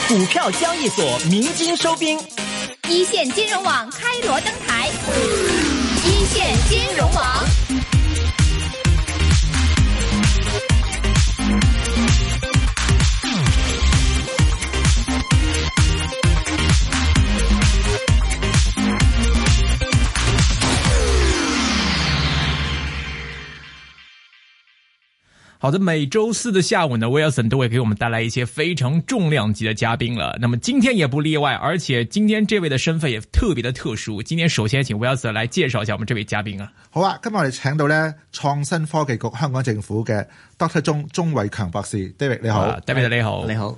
股票交易所鸣金收兵， 一线金融网开锣登台，一线金融网。 好的，每周四的下午呢 Wilson 都会给我们带来一些非常重量级的嘉宾了，那么今天也不例外，而且今天这位的身份也特别的特殊。今天首先請 Wilson 來介紹一下我們這位嘉賓啊。 好啊，今日我哋請到咧創新科技局香港政府嘅 Dr. 鐘偉強博士 David 你好。 David 你好。 你好。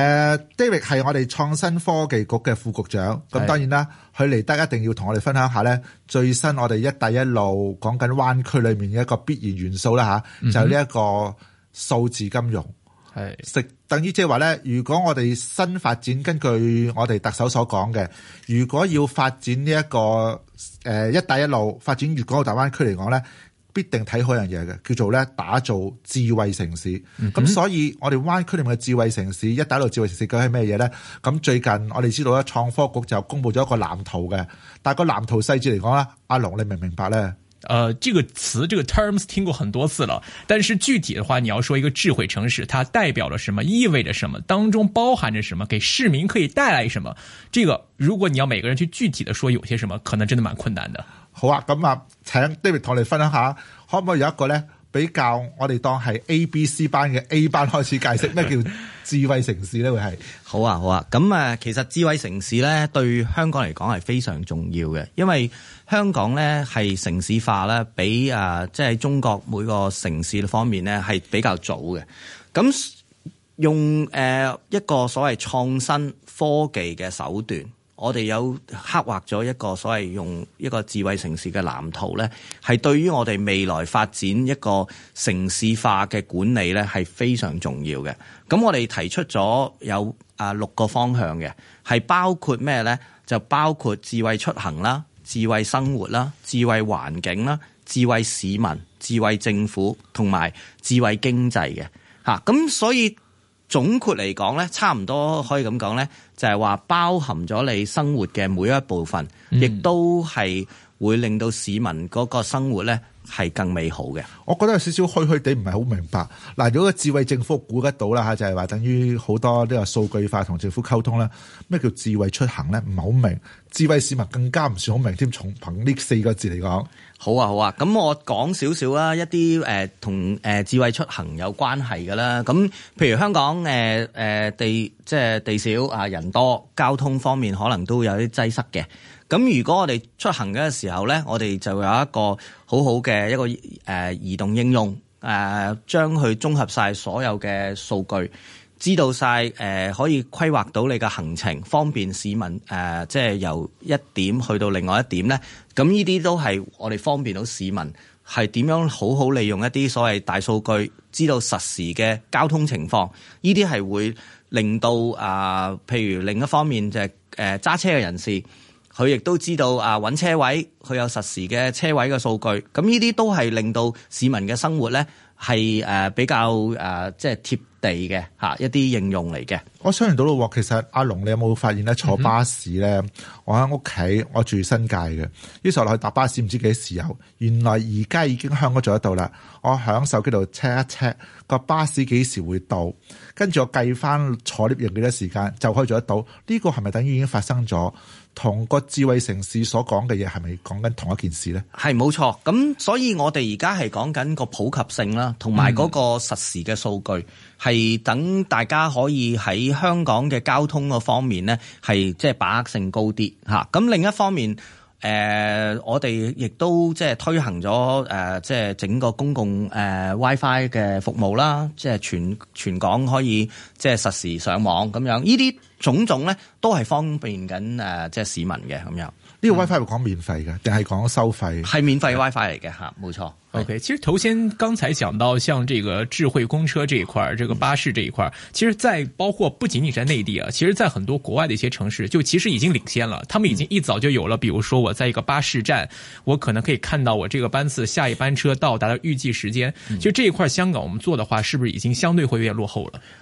David 係我哋創新科技局嘅副局長，咁當然啦，佢嚟得一定要同我哋分享下咧最新我哋一帶一路講緊灣區裏面嘅一個必然元素啦吓，就係呢一個數字金融。係等於即係話咧，如果我哋新發展，根據我哋特首所講嘅，如果要發展呢一個一帶一路發展粵港澳大灣區嚟講咧，必定睇好一樣嘢嘅，叫做咧打造智慧城市。咁所以我哋灣區裏面嘅智慧城市，一帶一路智慧城市究竟係咩嘢咧？咁最近我哋知道咧，創科局就公布咗一個藍圖嘅，但係個藍圖細節嚟講咧，阿龍你明唔明白咧？ 這個詞這個 terms 聽過很多次了，但是具體的話，你要說一個智慧城市，它代表了什麼，意味着什麼，當中包含着什麼，給市民可以帶來什麼，這個如果你要每個人去具體的說有些什麼，可能真的蠻困難的。 好啊，咁啊，請 David 同我哋分享下，可唔可以有一個咧比較我哋當係 ABC 班嘅 A 班開始解釋咩叫智慧城市咧？會係好啊，咁其實智慧城市咧對香港嚟講係非常重要嘅，因為香港咧係城市化咧比即係中國每個城市方面咧係比較早嘅。咁用一個所謂創新科技嘅手段，我哋有刻畫咗一個所謂用一個智慧城市嘅藍圖咧，係對於我哋未來發展一個城市化嘅管理咧係非常重要嘅。咁我哋提出咗有6個方向嘅，係包括咩咧？就包括智慧出行啦、智慧生活啦、智慧環境啦、智慧市民、智慧政府同埋智慧經濟嘅嚇。咁所以總括嚟講咧，差唔多可以咁講咧，就係話包含咗你生活嘅每一部分，亦都係會令到市民嗰個生活咧係更美好嘅。 我覺得有少少虛虛地唔係好明白。嗱，如果個智慧政府估得到啦嚇，就係話等於好多呢個數據化同政府溝通啦。咩叫智慧出行咧？唔係好明。智慧市民更加唔算好明添。從憑呢4個字嚟講， 好啊。咁我講少少啦，一啲同智慧出行有關係嘅啦。咁譬如香港地少啊，人多，交通方面可能都有啲擠塞嘅。咁如果我哋出行嘅時候咧，我哋就有一個好好嘅一個移動應用，將佢綜合晒所有嘅數據，知道晒可以規劃到你嘅行程，方便市民即係由一點去到另外一點咧。咁呢啲都係我哋方便到市民係點樣好好利用一啲所謂大數據，知道實時嘅交通情況。呢啲係會令到譬如另一方面就係揸車嘅人士。佢亦都知道揾車位，佢有實時嘅車位嘅數據，咁呢啲都係令到市民嘅生活咧係比較即係貼地嘅一啲應用嚟嘅。 我想象到咯，其實阿龍你有冇發現咧？坐巴士咧，我喺屋企，我住新界嘅，於是我落去搭巴士唔知幾時有，原來而家已經香港做得到啦。我喺手機度 check 一 check 個巴士幾時會到，跟住我計翻坐 lift 用幾多時間就可以做得到。呢個係咪等於已經發生咗？同個智慧城市所講嘅嘢係咪講緊同一件事咧？ 係冇錯，咁所以我哋而家係講緊個普及性啦，同埋嗰個實時嘅數據，係等大家可以喺香港嘅交通嗰方面咧，係即係把握性高啲嚇。咁另一方面，我哋亦都即係推行咗即係整個公共WiFi 嘅服務啦，即係全港可以即係實時上網咁樣，呢啲種種咧都係方便緊即係市民嘅咁樣。 呢個 WiFi 會講免費嘅，定係講收費？ 係免費 WiFi 嚟嘅嚇，冇錯。 OK， 其實頭先剛才講到像這個智慧公車這一塊，這個巴士這一塊，其實在包括不僅僅在內地啊，其實在很多國外的一些城市，就其實已經領先了。他們已經一早就有了，比如說我在一個巴士站，我可能可以看到我這個班次下一班車到達的預計時間。就這一塊香港我們做的話，是不是已經相對會有點落後了？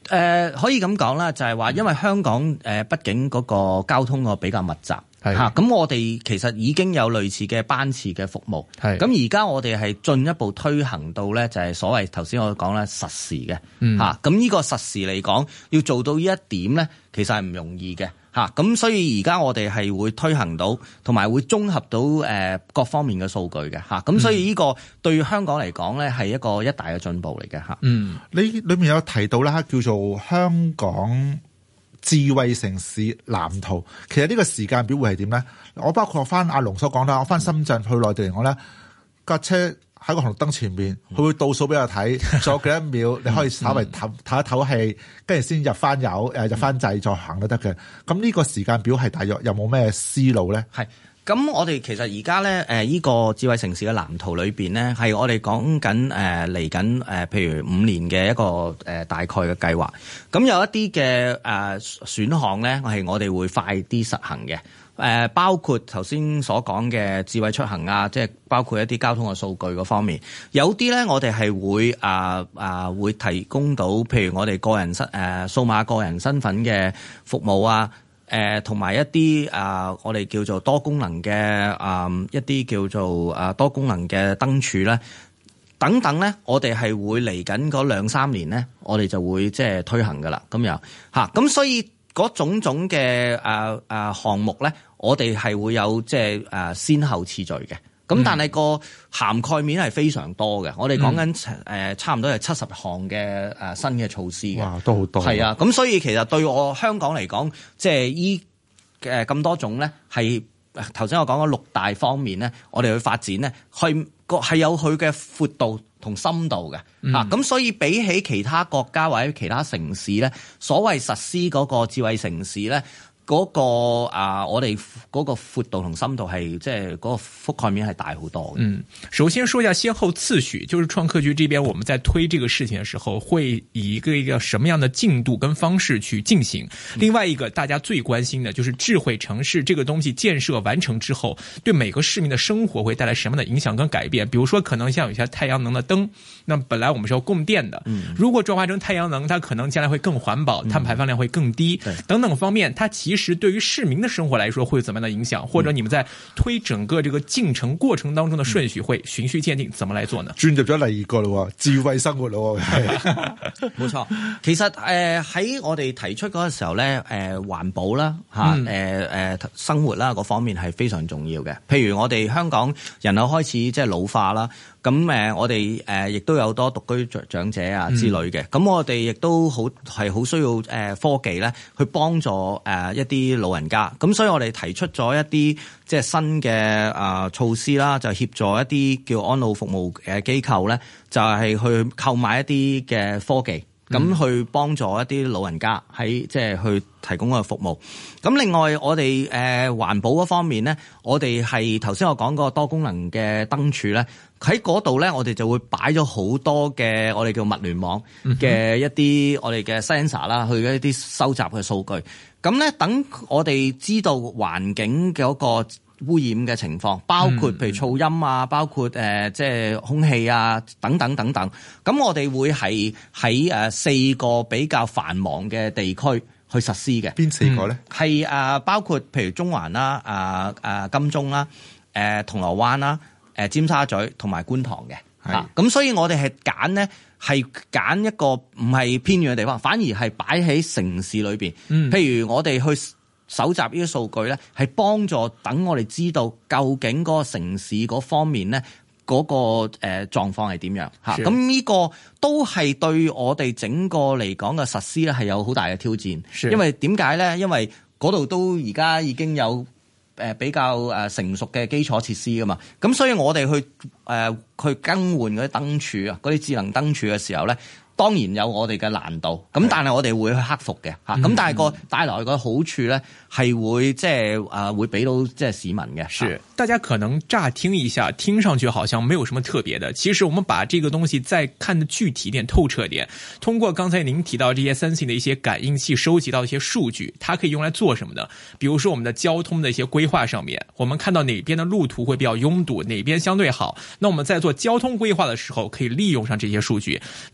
可以咁講啦，就係話因為香港畢竟嗰個交通個比較密集。咁我哋其實已經有類似嘅班次嘅服務。咁而家我哋係進一步推行到咧，就係所謂頭先我講咧實時嘅。咁呢個實時嚟講，要做到呢一點咧，其實係唔容易嘅。咁所以而家我哋係會推行到，同埋會綜合到各方面嘅數據嘅。咁所以呢個對香港嚟講咧，係一大嘅進步嚟嘅。 你裏面有提到啦，叫做香港智慧城市藍圖，其實呢個時間表會係點咧？我包括翻阿龍所講啦，我翻深圳去內地嚟講咧，架車喺個紅綠燈前面，佢會倒數俾我睇，仲有幾多秒，你可以稍微唞一唞氣，跟住先入翻油，入翻掣再行都得嘅。咁呢個時間表係大約有冇咩思路咧？ 係。咁我哋其實而家咧，呢個智慧城市嘅藍圖裏邊咧，係我哋講緊嚟緊譬如5年嘅一個大概嘅計劃。咁有一啲嘅選項咧，係我哋會快啲實行嘅。包括頭先所講嘅智慧出行啊，即係包括一啲交通嘅數據嗰方面。有啲咧，我哋係會提供到，譬如我哋個人數碼個人身份嘅服務啊。同埋一啲我哋叫做多功能嘅一啲叫做多功能嘅燈柱咧，等等咧，我哋係會嚟緊嗰2-3年咧，我哋就會即係推行噶啦，咁樣嚇。咁所以嗰種種嘅項目咧，我哋係會有即係先後次序嘅。咁但係個涵蓋面係非常多嘅，我哋講緊差唔多係70項嘅新嘅措施嘅。哇， 都好多。 係啊，咁所以其實對我香港嚟講，即係咁多種咧，係頭先我講嗰6大方面咧，我哋去發展咧，係有佢嘅闊度同深度嘅。咁所以比起其他國家或者其他城市咧，所謂實施嗰個智慧城市咧。嗰個我哋嗰個闊度同深度係即係嗰個覆蓋面係大好多嘅。 首先說一下先後次序，就是創科局這邊我們在推這個事情的時候，會以一個什麼樣的進度跟方式去進行。另外一個大家最關心的就是智慧城市這個東西建設完成之後，對每個市民的生活會帶來什麼樣的影響跟改變。比如說可能像有些太陽能的燈，那本來我們是要供電的，如果轉化成太陽能，它可能將來會更環保，碳排放量會更低，等等方面，它其實對於市民的生活來說會有怎麼樣的影響？或者你們在推整個這個進程過程當中的順序會循序漸進，怎麼來做呢？ 轉入咗第二個咯，智慧生活咯，係冇錯。其實喺我哋提出嗰個時候咧，環保啦生活啦嗰方面係非常重要嘅。譬如我哋香港人口開始即係老化啦。咁我哋亦都有多獨居長者啊之類嘅，咁我哋亦都好需要科技咧去幫助一啲老人家，咁所以我哋提出咗一啲即係新嘅措施啦，就協助一啲叫安老服務機構咧，就係去購買一啲嘅科技。咁去幫助一啲老人家喺即係去提供個服務。咁另外我哋環保嗰方面咧，我哋係頭先我講個多功能嘅燈柱咧，喺嗰度咧我哋就會擺咗好多嘅我哋叫物聯網嘅一啲我哋嘅 sensor 啦，去一啲收集嘅數據。咁咧等我哋知道環境嘅嗰個污染嘅情況，包括譬如噪音啊，包括即係空氣啊，等等等等。咁我哋會係喺4個比較繁忙嘅地區去實施嘅。 邊4個咧？ 係包括譬如中環啦、金鐘啦、銅鑼灣啦、尖沙咀同埋觀塘嘅。咁所以我哋係揀咧，係揀一個唔係偏遠嘅地方，反而係擺喺城市裏邊。譬如我哋去搜集呢啲數據咧，係幫助等我哋知道究竟嗰個城市嗰方面咧嗰個狀況係點樣嚇。咁呢個都係對我哋整個嚟講嘅實施咧係有好大嘅挑戰。因為點解咧？因為嗰度都而家已經有比較成熟嘅基礎設施噶嘛。咁所以我哋去更換嗰啲燈柱啊，嗰啲智能燈柱嘅時候咧，當然有我哋嘅難度，咁但係我哋會去克服嘅嚇。咁但係個帶來個好處咧，係會即係會俾到即係市民嘅。 是，大家可能乍聽一下，聽上去好像沒有什麼特別的。其實我們把這個東西再看得具體點、透徹點，通過剛才您提到這些3C的一些感應器收集到一些數據，它可以用來做什麼呢？比如說我們的交通的一些規劃上面，我們看到哪邊的路途會比較擁堵，哪邊相對好，那我們在做交通規劃的時候可以利用上這些數據。那麼在環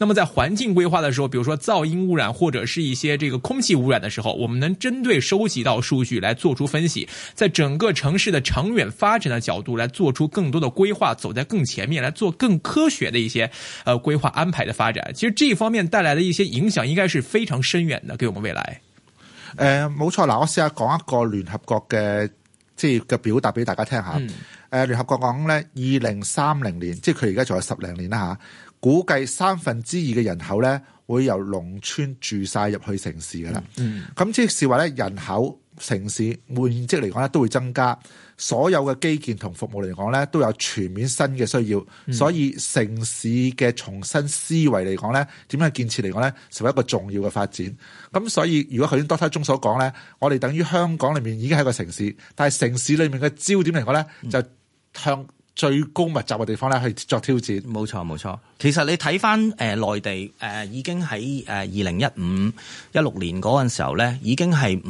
环境规划的时候，比如说噪音污染或者是一些这个空气污染的时候，我们能针对收集到数据来做出分析，在整个城市的长远发展的角度来做出更多的规划，走在更前面，来做更科学的一些规划安排的发展。其實這一方面帶來的一些影響應該是非常深遠的，給我們未來。 冇錯，嗱，我試下講一個聯合國嘅即係嘅表達俾大家聽下。聯合國講咧，2030年，即係佢而家仲有10零年啦嚇，估計2/3嘅人口咧會由農村住晒入去城市噶啦。咁即是話咧，人口城市面積嚟講咧都會增加。所有嘅基建同服務嚟講咧，都有全面新嘅需要，所以城市嘅重新思維嚟講咧，點樣建設嚟講咧，成為一個重要嘅發展。咁所以如果頭先 Dr. 鐘所講咧，我哋等於香港裏面已經係一個城市，但係城市裏面嘅焦點嚟講咧，就向最高密集嘅地方咧去作挑戰。 冇錯。其實你睇翻內地已經喺2015-16年嗰陣時候咧，已經係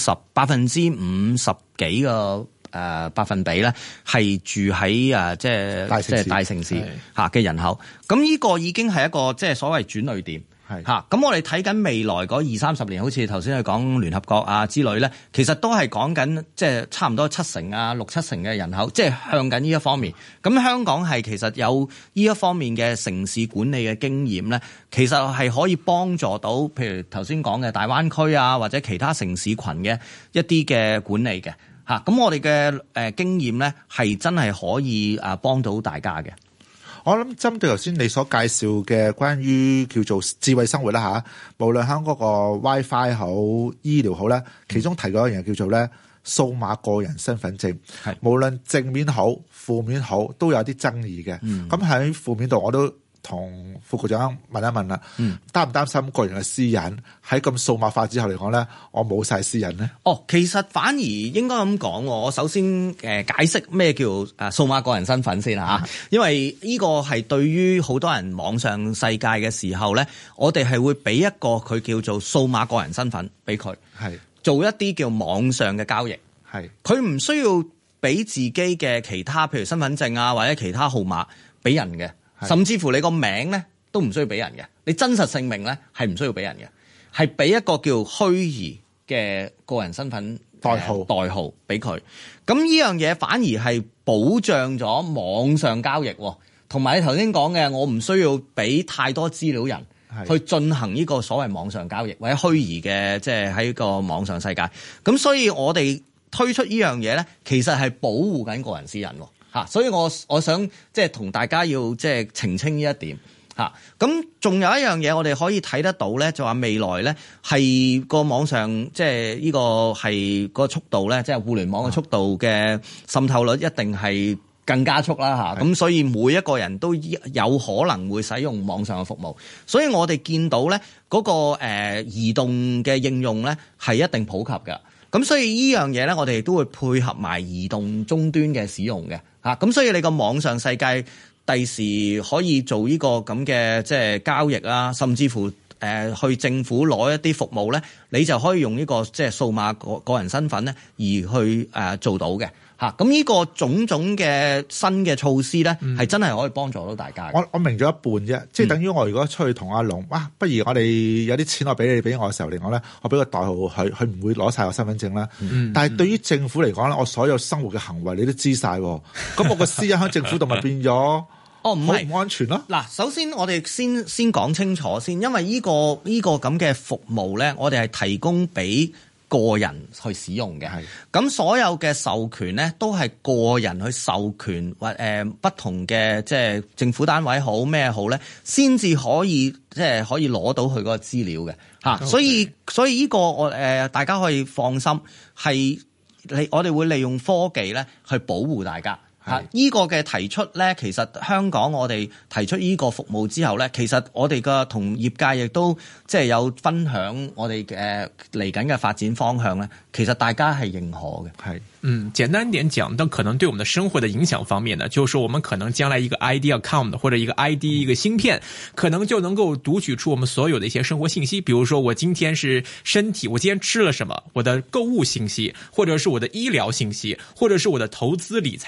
50%幾個百分比咧係住喺即係大城市嚇嘅人口，咁呢個已經係一個即係所謂轉捩點嚇。咁我哋睇緊未來嗰20-30年，好似頭先佢講聯合國啊之類咧，其實都係講緊即係差唔多6-7成嘅人口，即係向緊呢一方面。咁香港係其實有呢一方面嘅城市管理嘅經驗咧，其實係可以幫助到，譬如頭先講嘅大灣區啊，或者其他城市群嘅一啲嘅管理嘅。咁我哋嘅經驗咧，係真係可以幫到大家嘅。 我諗針對頭先你所介紹嘅關於叫做智慧生活啦嚇，無論喺嗰個 WiFi 好、醫療好咧，其中提過一樣叫做咧數碼個人身份證，無論正面好、負面好，都有啲爭議嘅。咁喺負面度我都同副局長問一問啦，擔唔擔心個人嘅私隱喺咁數碼化之後嚟講咧，我冇晒私隱咧？ 其實反而應該咁講，我首先解釋咩叫數碼個人身份先嚇，因為呢個係對於好多人網上世界嘅時候咧，我哋係會俾一個佢叫做數碼個人身份俾佢，做一啲叫網上嘅交易，佢唔需要俾自己嘅其他譬如身份證啊或者其他號碼俾人嘅。甚至乎你個名咧都唔需要俾人嘅，你真實姓名咧係唔需要俾人嘅，係俾一個叫虛擬嘅個人身份代號俾佢。咁呢樣嘢反而係保障咗網上交易，同埋你頭先講嘅，我唔需要俾太多資料人去進行呢個所謂網上交易或者虛擬嘅，即係喺個網上世界。咁所以我哋推出呢樣嘢咧，其實係保護緊個人私隱。所以我想即係同大家要即係澄清呢一點嚇。咁仲有一樣嘢我哋可以睇得到咧，就話未來咧係個網上即係呢個係個速度咧，即係互聯網嘅速度嘅滲透率一定係更加速啦嚇。咁所以每一個人都有可能會使用網上嘅服務。所以我哋見到咧嗰個移動嘅應用咧係一定普及嘅。咁所以呢樣嘢咧，我哋都會配合埋移動終端嘅使用嘅。咁所以你個網上世界第時可以做呢個咁嘅即係交易啦，甚至乎去政府攞一啲服務咧，你就可以用呢個即係數碼個人身份咧而去做到嘅。咁呢個種種嘅新嘅措施咧，係真係可以幫助到大家嘅。 我明咗一半啫，即係等於我如果出去同阿龍，不如我哋有啲錢我俾我嘅時候嚟講咧，我俾個代號佢唔會攞晒我身份證啦。但係對於政府嚟講咧，我所有生活嘅行為你都知晒，咁我個私隱喺政府度咪變咗唔安全咯？ 嗱，首先我哋先講清楚先，因為呢個咁嘅服務咧，我哋係提供俾個人去使用嘅，咁所有嘅授權咧都係個人去授權或不同嘅即係政府單位好咩好咧，先至可以即係可以攞到佢嗰個資料嘅嚇。所以呢個大家可以放心，係我哋會利用科技咧去保護大家。呢個嘅提出咧，其實香港我哋提出呢個服務之後咧，其實我哋嘅同業界亦都即係有分享我哋嘅嚟緊嘅發展方向咧，其實大家係認可嘅。 簡單點講，但可能對我們的生活的影響方面呢，就是說我們可能將來一個 ID account 或者一個 ID 一個芯片，可能就能夠讀取出我們所有的一些生活信息，比如說我今天是身體，我今天吃了什麼，我的購物信息，或者是我的醫療信息，或者是我的投資理財信息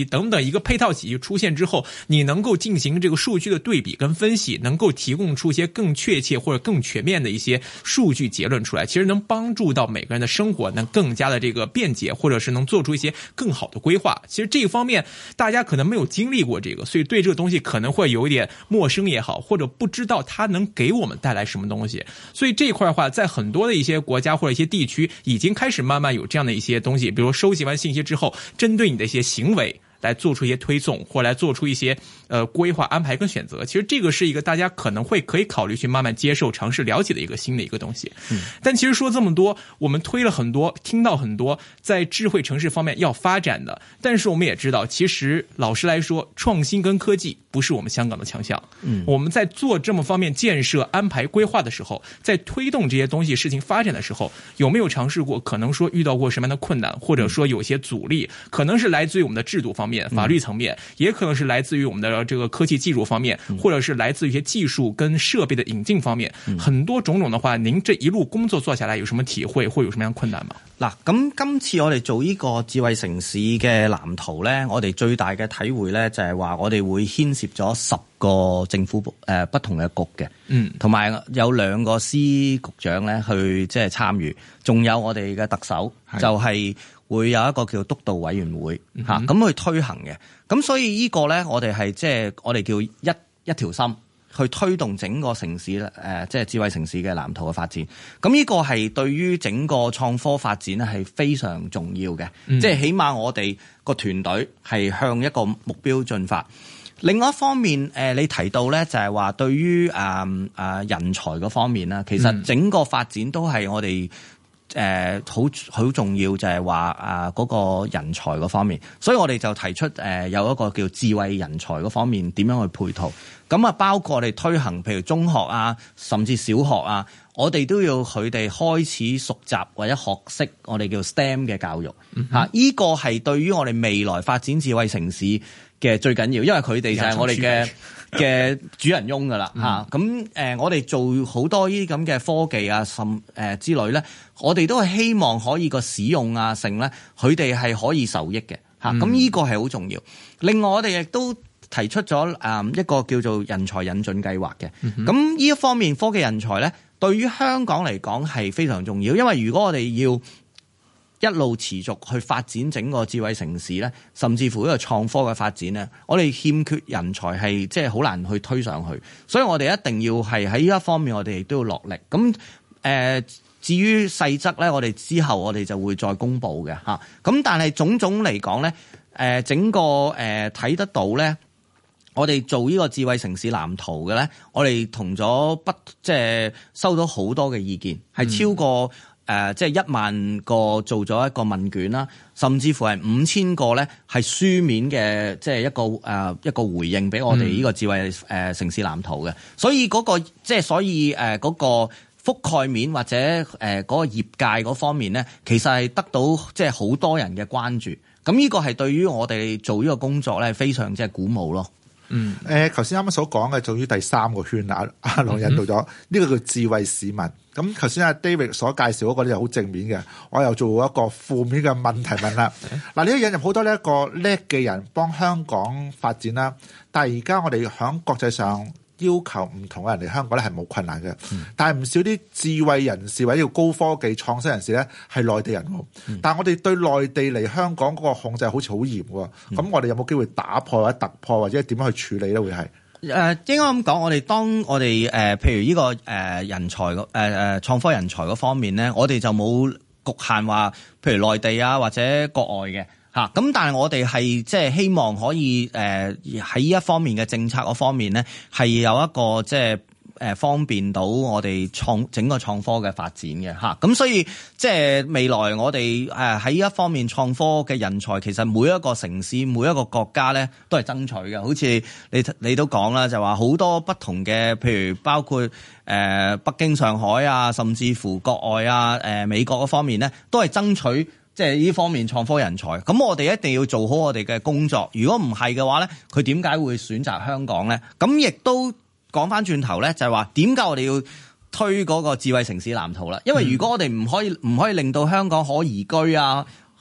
等等一个配套体系出现之后，你能够进行这个数据的对比跟分析，能够提供出一些更确切或者更全面的一些数据结论出来，其实能帮助到每个人的生活能更加的这个便捷，或者是能做出一些更好的规划。其实这一方面大家可能没有经历过这个，所以对这个东西可能会有一点陌生也好，或者不知道它能给我们带来什么东西。所以这一块的话，在很多的一些国家或者一些地区已经开始慢慢有这样的一些东西，比如收集完信息之后，针对你的一些行为来做出一些推送，或来做出一些规划安排跟选择。其实这个是一个大家可能会可以考虑去慢慢接受尝试了解的一个新的一个东西。但其实说这么多，我们推了很多，听到很多在智慧城市方面要发展的，但是我们也知道，其实老实来说，创新跟科技不是我们香港的强项。我们在做这么方面建设安排规划的时候，在推动这些东西事情发展的时候，有没有尝试过可能说遇到过什么样的困难，或者说有些阻力，可能是来自于我们的制度方面法律层面，也可能是来自于我们的这个科技技术方面，或者是来自于一些技术跟设备的引进方面，很多种种的话，您这一路工作做下来有什么体会，或有什么样困难吗？ 嗱，咁今次我哋做呢個智慧城市嘅藍圖咧，我哋最大嘅體會咧就係話我哋會牽涉咗10個政府不同嘅局嘅，同埋有2個司局長咧去即係參與，仲有我哋嘅特首就係會有一個叫督導委員會嚇，咁去推行嘅。咁所以呢個咧，我哋係即係我哋叫一條心。去推動整個城市即係智慧城市嘅藍圖嘅發展。咁呢個係對於整個創科發展咧係非常重要嘅，即係起碼我哋個團隊係向一個目標進發。另外一方面，你提到咧就係話對於人才嗰方面啦，其實整個發展都係我哋好重要，就係話嗰個人才嗰方面，所以我哋就提出有一個叫智慧人才嗰方面點樣去配套。咁啊，包括我哋推行，譬如中學啊，甚至小學啊，我哋都要佢哋開始熟習或者學識我哋叫 STEM 嘅教育嚇。依個係對於我哋未來發展智慧城市嘅最緊要，因為佢哋就係我哋嘅主人翁噶啦嚇。咁我哋做好多呢啲咁嘅科技啊，之類咧，我哋都係希望可以個使用啊性咧，佢哋係可以受益嘅嚇。咁呢個係好重要。另外我哋亦都提出咗一個叫做人才引進計劃嘅。咁呢一方面科技人才咧，對於香港嚟講係非常重要，因為如果我哋要一路持續去發展整個智慧城市咧，甚至乎呢個創科嘅發展咧，我哋欠缺人才係即係好難去推上去，所以我哋一定要係喺呢一方面我哋亦都要落力。咁至於細則咧，我哋之後我哋就會再公布嘅嚇。咁但係種種嚟講咧，整個睇得到咧。我哋做呢個智慧城市藍圖嘅咧，我哋同咗即係收到好多嘅意見，係超過即係1萬個做咗一個問卷啦，甚至乎係5000個咧係書面嘅，即係一個回應俾我哋呢個智慧城市藍圖嘅。所以嗰個即係嗰個覆蓋面或者嗰個業界嗰方面咧，其實係得到即係好多人嘅關注。咁呢個係對於我哋做呢個工作咧非常即係鼓舞咯。 頭先啱啱所講嘅，屬於第3個圈啦。阿龍引導咗呢個叫智慧市民。咁頭先阿 David 所介紹嗰個咧就好正面嘅，我又做一個負面嘅問題問啦。嗱，你都引入好多呢一個叻嘅人幫香港發展啦，但係而家我哋喺國際上要求唔同嘅人嚟香港咧係冇困難嘅，但係唔少啲智慧人士或者叫高科技創新人士咧係內地人喎，但係我哋對內地嚟香港嗰個控制好似好嚴喎，咁我哋有冇機會打破或者突破或者點樣去處理咧？會係應該咁講，當我哋譬如呢個人才創科人才嗰方面咧，我哋就冇局限話，譬如內地啊或者國外嘅。咁但係我哋係即係希望可以喺呢一方面嘅政策嗰方面咧，係有一個即係方便到我哋整個創科嘅發展嘅嚇。咁所以即係未來我哋喺呢一方面創科嘅人才，其實每一個城市每一個國家咧都係爭取嘅。好似你都講啦，就話好多不同嘅，譬如包括北京、上海啊，甚至乎國外啊美國嗰方面咧，都係爭取。即係呢方面創科人才，咁我哋一定要做好我哋嘅工作。如果唔係嘅話咧，佢點解會選擇香港咧？咁亦都講翻轉頭咧，就係話點解我哋要推嗰個智慧城市藍圖啦？因為如果我哋唔可以令到香港可宜居啊，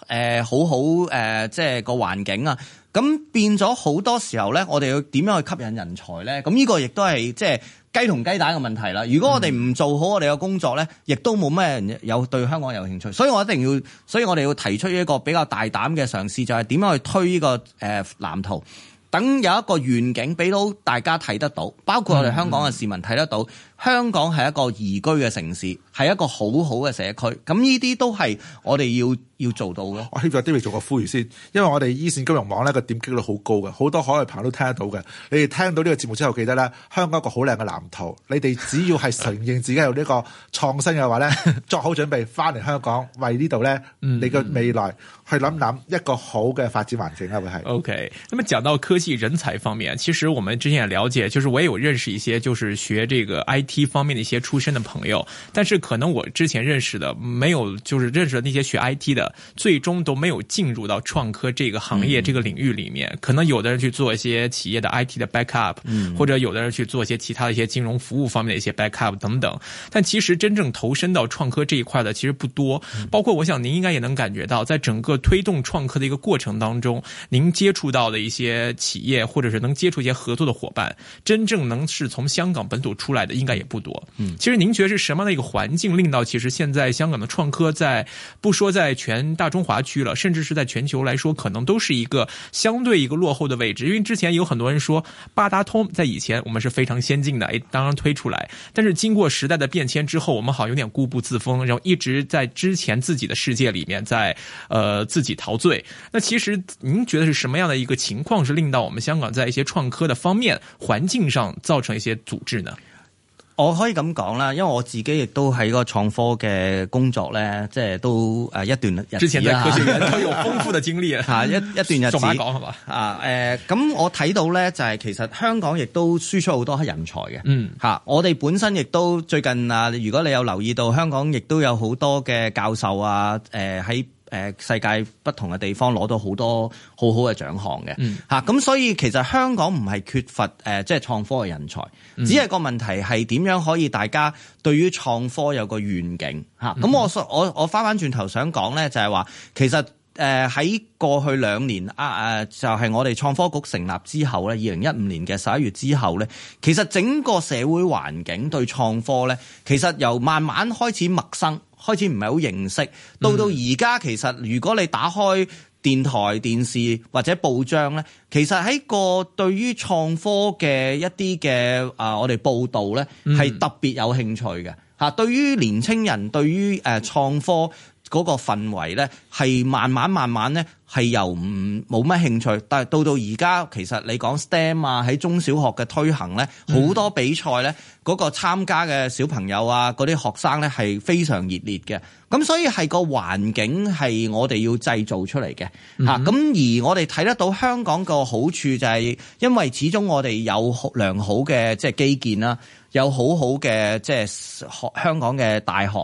好好即係個環境啊。咁變咗好多時候咧，我哋要點樣去吸引人才咧？咁呢個亦都係即係雞同雞蛋嘅問題啦。如果我哋唔做好我哋嘅工作咧，亦都冇咩人有對香港有興趣。所以我哋要提出一個比較大膽嘅嘗試，就係點樣去推呢個藍圖。等有一個願景俾到大家睇得到，包括我哋香港嘅市民睇得到，香港係一個宜居嘅城市，係一個好好嘅社區。咁呢啲都係我哋要做到嘅。 我希望 David 做個呼籲先，因為我哋依線金融網咧個點擊率好高嘅，好多海外朋友都聽得到嘅。你哋聽到呢個節目之後，記得咧，香港一個好靚嘅藍圖。你哋只要係承認自己有呢個創新嘅話咧，作好準備翻嚟香港，為呢度咧你嘅未來去諗一個好嘅發展環境啦，會係。 OK， 那麼講到科技人才方面，其實我們之前也了解，就是我也有認識一些就是學這個 IT 方面的一些出身的朋友，但是可能我之前認識的沒有，就是認識的那些學 IT 的，最終都沒有進入到創科這個行業這個領域裡面。可能有的人去做一些企業的 IT 的 backup，或者有的人去做一些其他的一些金融服務方面的一些 backup 等等。但其實真正投身到創科這一塊的其實不多，包括我想您應該也能感覺到，在整個推動創科的一個過程當中，您接觸到的一些企業，或者是能接觸一些合作的夥伴，真正能是從香港本土出來的應該也不多。其實您覺得是什麼樣的一個環境令到其實現在香港的創科在不說在全大中華區了，甚至是在全球來說可能都是一個相對一個落後的位置。因為之前有很多人說八達通在以前我們是非常先進的，當然推出來，但是經過時代的變遷之後，我們好像有點固步自封，然後一直在之前自己的世界裡面在自己陶醉。那其實您覺得是什麼樣的一個情況是令到我們香港在一些創科的方面環境上造成一些阻滯呢？ 我可以咁講啦，因為我自己亦都喺個創科嘅工作咧，即係都一段日子啦。 之前在科學園都有豐富嘅經歷啊， 一段日子。 仲講係嘛？ 咁我睇到咧就係其實香港亦都輸出好多人才嘅。我哋本身亦都最近如果你有留意到，香港亦都有好多嘅教授喺世界不同嘅地方攞到好多好好嘅獎項嘅。咁所以其實香港唔係缺乏即係創科嘅人才，只係個問題係點樣可以大家對於創科有個願景。咁我翻轉頭想講咧，就係話其實喺過去2年就係我哋創科局成立之後咧，2015年嘅11月之後咧，其實整個社會環境對創科咧，其實由慢慢開始陌生，開始唔係好認識，到而家其實如果你打開電台、電視或者報章咧，其實喺個對於創科嘅一啲嘅我哋報導咧，係特別有興趣嘅。對於年青人，對於創科嗰個氛圍咧，係慢慢咧係由冇乜興趣，但係到而家其實你講 STEM 喺中小學嘅推行咧，好多比賽咧嗰個參加嘅小朋友嗰啲學生咧係非常熱烈嘅。咁所以係個環境係我哋要製造出嚟嘅。咁而我哋睇得到香港個好處就係因為始終我哋有良好嘅即係基建啦，有好好嘅即係香港嘅大學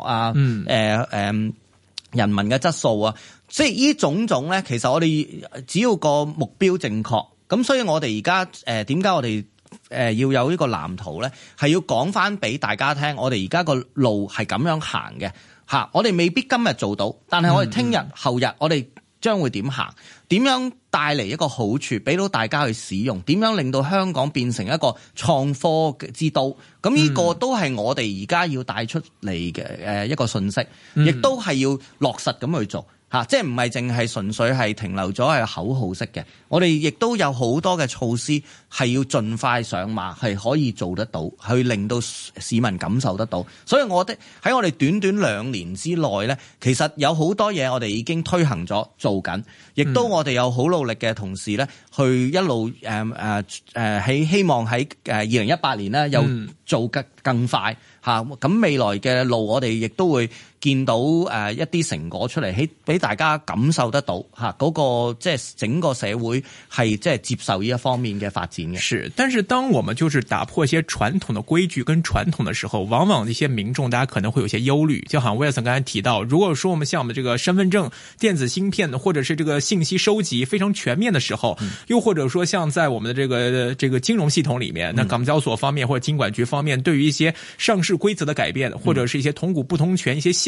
人民嘅質素即係呢種咧，其實我哋只要個目標正確，咁所以我哋而家點解我哋要有呢個藍圖咧？係要講翻俾大家聽，我哋而家個路係咁樣行嘅。我哋未必今日做到，但係我哋聽日、後日我哋將會點行？點樣帶嚟一個好處俾到大家去使用？點樣令到香港變成一個創科之都？咁呢個都係我哋而家要帶出嚟嘅一個信息，亦都係要落實咁去做。即係唔係淨係純粹係停留咗係口號式嘅，我哋亦都有好多嘅措施係要盡快上馬，係可以做得到，去令到市民感受得到。所以我哋喺我哋短2年之內咧，其實有好多嘢我哋已經推行咗做緊，亦都我哋有好努力嘅同事咧，去一路希望喺2018年咧又做得更快。咁未來嘅路我哋亦都會見到一啲成果出嚟，俾大家感受得到嗰個即係整個社會係即係接受呢一方面嘅發展嘅。 是，但是當我們就是打破一些傳統的規矩跟傳統的時候，往往一些民眾大家可能會有些憂慮。就好像 Wilson 剛才提到，如果說我們像我們這個身份證、電子芯片或者是這個信息收集非常全面的時候，又或者說像在我們的這個金融系統裡面，那港交所方面或者金管局方面對於一些上市規則的改變，或者是一些同股不同權、一些新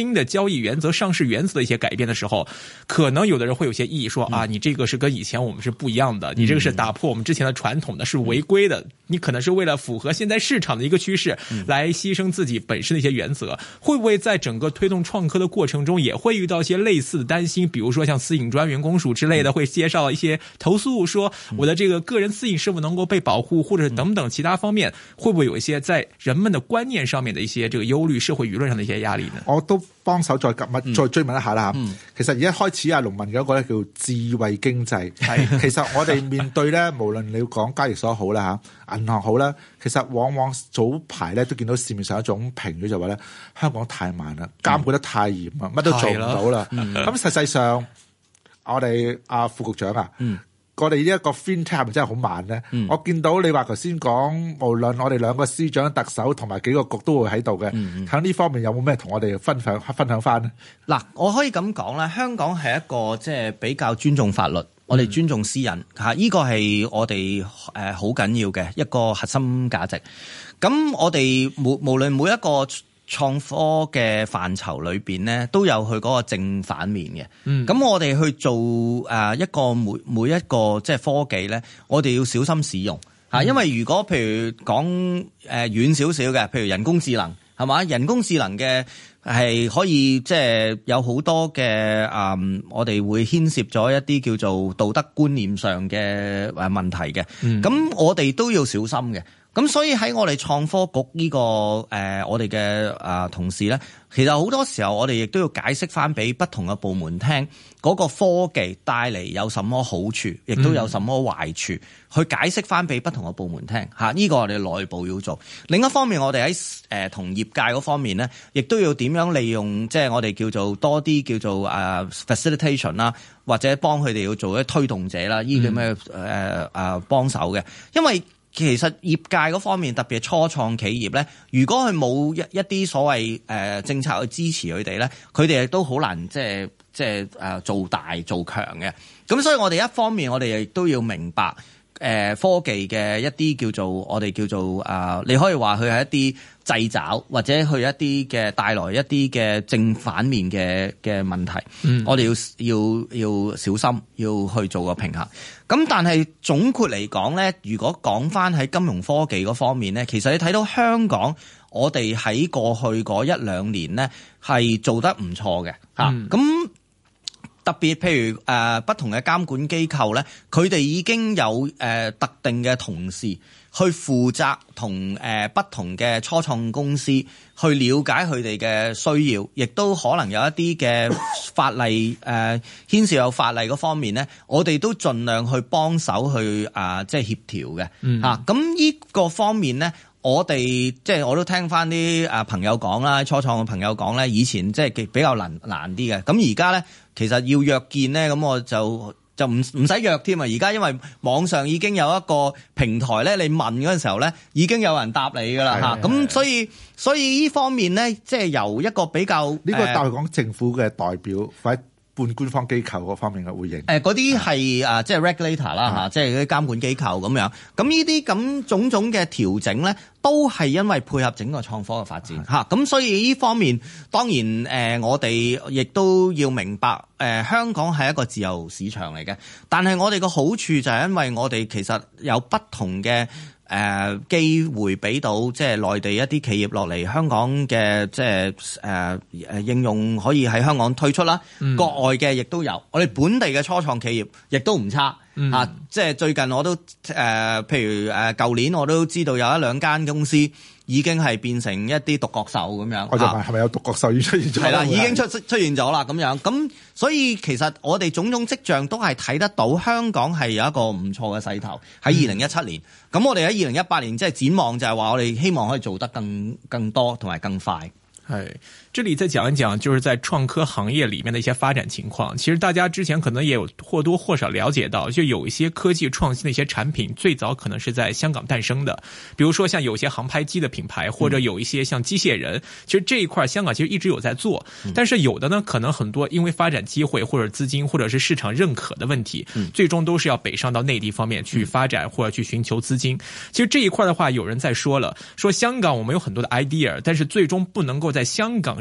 新的交易原则、上市原则的一些改变的时候，可能有的人会有些异议说啊，你这个是跟以前我们是不一样的，你这个是打破我们之前的传统的，是违规的，你可能是为了符合现在市场的一个趋势来牺牲自己本身的一些原则，会不会在整个推动创科的过程中也会遇到一些类似的担心？比如说像私隐专员公署之类的会接到一些投诉，说我的这个个人私隐是否能够被保护，或者等等其他方面，会不会有一些在人们的观念上面的一些这个忧慮，社會輿論上的一些壓力呢？ 我都幫手再追問一下啦。其實而家開始龍文嘅一個咧叫智慧經濟。其實我哋面對咧，無論你要講交易所好啦嚇，銀行好啦，其實往往早排咧都見到市面上一種評語就話咧，香港太慢啦，監管得太嚴啦，乜都做唔到啦。咁實際上我哋副局長我哋呢一個 FinTech 係咪真係好慢咧？我見到你話頭先講，無論我哋兩個司長、特首同埋幾個局都會喺度嘅，喺呢方面有冇咩同我哋分享翻呢？ 嗱，我可以咁講啦，香港係一個即係比較尊重法律，我哋尊重私隱嚇，呢個係我哋好緊要嘅一個核心價值。咁我哋無論每一個創科嘅範疇裏邊咧，都有佢嗰個正反面嘅。咁我哋去做一個每一個即係科技咧，我哋要小心使用嚇，因為如果譬如講遠少少嘅，譬如人工智能係嘛，人工智能嘅係可以即係有好多嘅我哋會牽涉咗一啲叫做道德觀念上嘅問題嘅。咁我哋都要小心嘅。咁所以喺我哋創科局呢個我哋嘅同事咧，其實好多時候我哋亦都要解釋翻俾不同嘅部門聽，嗰個科技帶嚟有什麼好處，亦都有什麼壞處，去解釋翻俾不同嘅部門聽嚇。呢個我哋內部要做。另一方面，我哋喺同業界嗰方面咧，亦都要點樣利用即係我哋叫做多啲叫做facilitation 啦，或者幫佢哋要做一推動者啦，呢啲咁嘅幫手嘅，因為其實業界嗰方面，特別係初創企業咧，如果佢冇一啲所謂政策去支持佢哋咧，佢哋亦都好難即係做大做強嘅。咁所以我哋一方面，我哋亦都要明白科技嘅一啲叫做我哋叫做你可以話佢係一啲掣肘，或者佢一啲嘅帶來一啲嘅正反面嘅問題。我哋要小心，要去做個平衡。咁但係總括嚟講咧，如果講翻喺金融科技嗰方面咧，其實你睇到香港，我哋喺過去嗰1、2年咧係做得唔錯嘅嚇。咁特別譬如不同嘅監管機構咧，佢哋已經有特定嘅同事去負責同不同嘅初創公司去了解佢哋嘅需要，亦都可能有一啲嘅法例牽涉有法例嗰方面咧，我哋都盡量去幫手去即係協調嘅嚇。咁呢個方面咧，我哋即係我都聽翻啲朋友講啦，初創嘅朋友講咧，以前即係比較難啲嘅。咁而家咧，其實要約見咧，咁我就唔使約添啊！而家因為網上已經有一個平台咧，你問嗰陣時候咧，已經有人答你噶啦嚇。咁所以呢方面咧，即係由一個比較呢個大概講政府嘅代表或者半官方機構嗰方面嘅回應。 嗰啲係即係 regulator 啦嚇，即係啲監管機構咁樣。咁呢啲咁種種嘅調整咧，都係因為配合整個創科嘅發展嚇。咁所以呢方面當然我哋亦都要明白香港係一個自由市場嚟嘅，但係我哋個好處就係因為我哋其實有不同嘅機會俾到即係內地一啲企業落嚟香港嘅即係應用可以喺香港推出啦，國外嘅亦都有，我哋本地嘅初創企業亦都唔差。即係最近我都譬如舊年我都知道有1、2間公司已經係變成一啲獨角獸咁樣。 我就問係咪有獨角獸已經出現咗？係啦， 已經出現咗啦咁樣。咁所以其實我哋種種跡象都係睇得到香港係有一個唔錯嘅勢頭喺2017年。咁我哋喺2018年即係展望就係話我哋希望可以做得更多同埋更快。 係，這裡再講一講，就是在創科行業裡面的一些發展情況。其實大家之前可能也有或多或少了解到，就有一些科技創新的一些產品，最早可能是在香港誕生的。比如說像有些航拍機的品牌，或者有一些像機械人，其實這一塊香港其實一直有在做。但是有的呢，可能很多因為發展機會或者資金或者是市場認可的問題，最終都是要北上到內地方面去發展或者去尋求資金。其實這一塊的話，有人在說了，說香港我們有很多的 idea，但是最終不能夠在香港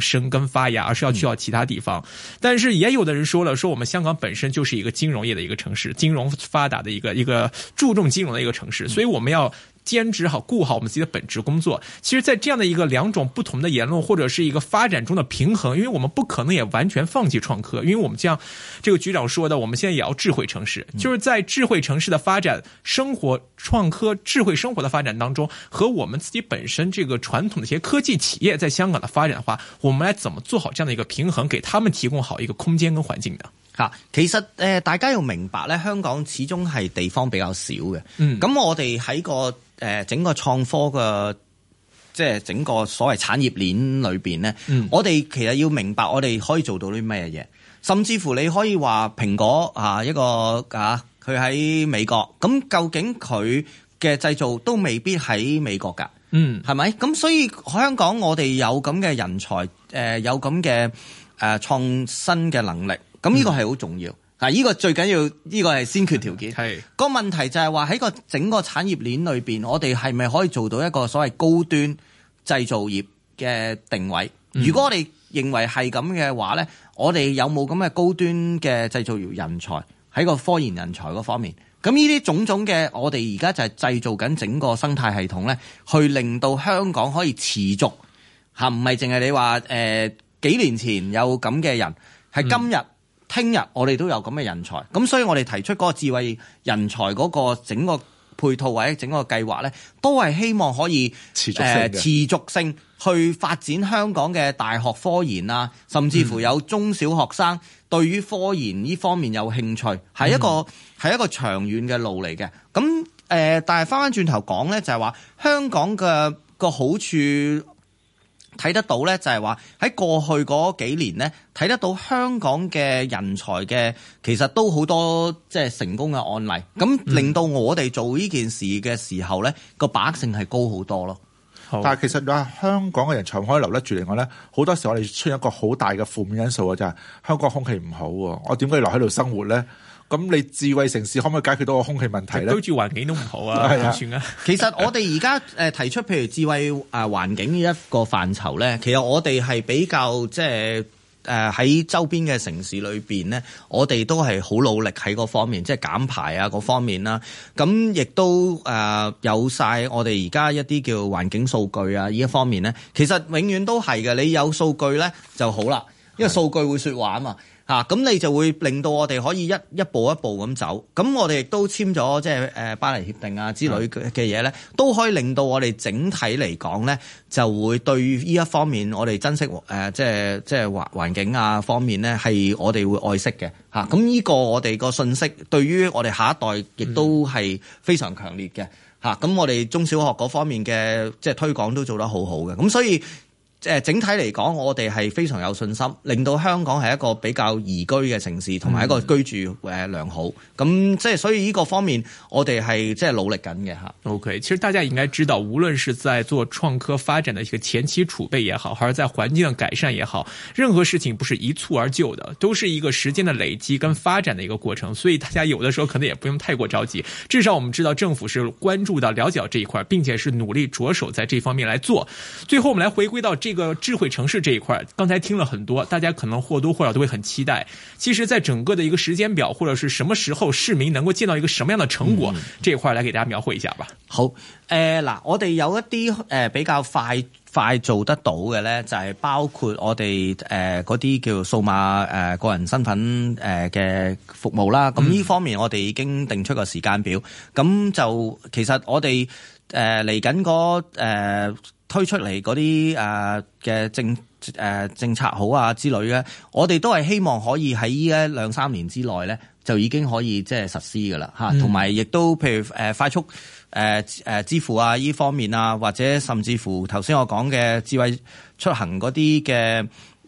生根发芽，而是要去到其他地方。但是也有的人说了，说我们香港本身就是一个金融业的一个城市，金融发达的一个注重金融的一个城市，所以我们要兼职好顾好我们自己的本职工作。其实在这样的一个两种不同的言论或者是一个发展中的平衡，因为我们不可能也完全放弃创科，因为我们像这个局长说的，我们现在也要智慧城市，就是在智慧城市的发展生活创科智慧生活的发展当中，和我们自己本身这个传统的一些科技企业在香港的发展的话，我们来怎么做好这样的一个平衡，给他们提供好一个空間跟環境呢？ 其實大家要明白咧，香港始終係地方比較少嘅。咁我哋喺個整個創科嘅即係整個所謂產業鏈裏邊咧，我哋其實要明白我哋可以做到啲咩嘢，甚至乎你可以話蘋果一個佢喺美國，咁究竟佢嘅製造都未必喺美國㗎。係咪？咁所以香港我哋有咁嘅人才，有咁嘅創新嘅能力。咁呢個係好重要，呢個最緊要，呢個係先決條件。係個問題就係話喺個整個產業鏈裏邊，我哋係咪可以做到一個所謂高端製造業嘅定位？如果我哋認為係咁嘅話咧，我哋有冇咁嘅高端嘅製造業人才喺個科研人才嗰方面？咁呢啲種種嘅，我哋而家就係製造緊整個生態系統咧，去令到香港可以持續唔係淨係你話幾年前有咁嘅人，係今日。聽日我哋都有咁嘅人才，咁所以我哋提出嗰個智慧人才嗰個整個配套或者整個計劃咧，都係希望可以持續性去發展香港嘅大學科研啊，甚至乎有中小學生對於科研呢方面有興趣，係一個長遠嘅路嚟嘅。咁但係翻轉頭講咧，就係話香港嘅個好處。睇得到咧，就係話喺過去嗰幾年咧，睇得到香港嘅人才嘅其實都好多即係成功嘅案例，咁令到我哋做呢件事嘅時候咧，個把握性係高好多咯。 但係其實你話香港嘅人才可以留得住嚟講咧，好多時我哋出現一個好大嘅負面因素啊，就係香港空氣唔好喎，我點解要留喺度生活咧？咁你智慧城市可唔可以解決到個空氣問題咧？居住環境都唔好啊，點算啊？其實我哋而家提出譬如智慧環境呢一個範疇咧，其實我哋係比較即係喺周邊嘅城市裏邊咧，我哋都係好努力喺嗰方面，即係減排啊嗰方面啦。咁亦都有晒我哋而家一啲叫環境數據啊呢一方面咧，其實永遠都係嘅。你有數據咧就好啦，因為數據會說話啊嘛。咁你就會令到我哋可以一步一步咁走。咁我哋亦都簽咗即係巴黎協定啊之類嘅嘢咧，都可以令到我哋整體嚟講咧，就會對於呢一方面我哋珍惜即係環境啊方面咧，係我哋會愛惜嘅嚇。咁呢個我哋個信息對於我哋下一代亦都係非常強烈嘅嚇。咁我哋中小學嗰方面嘅即係推廣都做得好好嘅。咁所以整體嚟講，我哋係非常有信心，令到香港係一個比較宜居嘅城市，同埋一個居住良好。咁即係所以呢個方面，我哋係即係努力緊嘅嚇。 OK， 其實大家應該知道，無論是在做創科發展的一個前期儲備也好，還是在環境的改善也好，任何事情不是一蹴而就的，都是一個時間的累積跟發展的一個過程。所以大家有的時候可能也不用太過着急。至少我們知道政府是關注到了解這一塊，並且是努力着手在這方面來做。最後我們來回歸到這個智慧城市這一塊，剛才聽了很多，大家可能或多或少都會很期待。其實在整個的一個時間表，或者是什麼時候市民能夠見到一個什麼樣的成果，這一塊來給大家描繪一下吧。 好，我哋有一啲比較快做得到嘅咧，就係包括我哋嗰啲叫數碼個人身份嘅服務啦。咁呢方面我哋已經定出個時間表。咁就其實我哋嚟緊嗰推出嚟嗰啲嘅政策好啊之類嘅，我哋都係希望可以喺呢2-3年之內咧，就已經可以即係實施㗎啦嚇。同埋亦都譬如快速支付啊呢方面啊，或者甚至乎頭先我講嘅智慧出行嗰啲嘅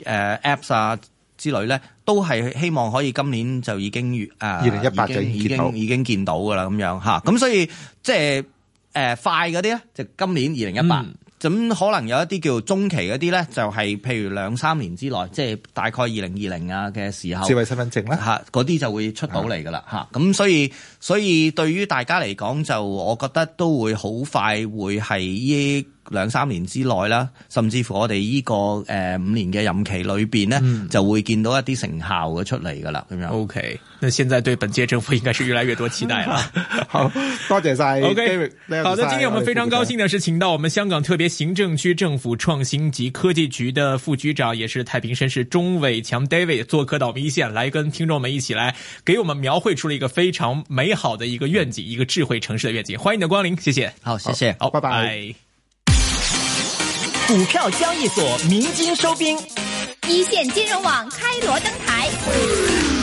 Apps 啊之類咧，都係希望可以今年就已經2018就已經見到㗎啦咁樣嚇。咁所以即係快嗰啲咧，就今年2018。咁可能有一啲叫中期嗰啲咧，就係譬如2-3年之內，即係大概2020啊嘅時候， 智慧身份證咧嚇，嗰啲就會出到嚟噶啦嚇。咁所以對於大家嚟講，就我覺得都會好快會係呢 2-3年之內啦，甚至乎我哋呢個5年嘅任期裏邊咧，就會見到一啲成效嘅出嚟噶啦，咁樣。 OK， 那現在對本屆政府應該是越來越多期待了。 好，多謝晒。 OK， 好的，今天我們非常高興的是請到我們香港特別行政區政府創新及科技局的副局長，也是太平紳士鍾偉強 David 做客到我們一線，來跟聽眾們一起來給我們描繪出了一個非常美好的一個願景，一個智慧城市的願景。歡迎你的光臨，謝謝。 好，謝謝。 好， 拜拜。 股票交易所鳴金收兵， 一線金融網開鑼登台。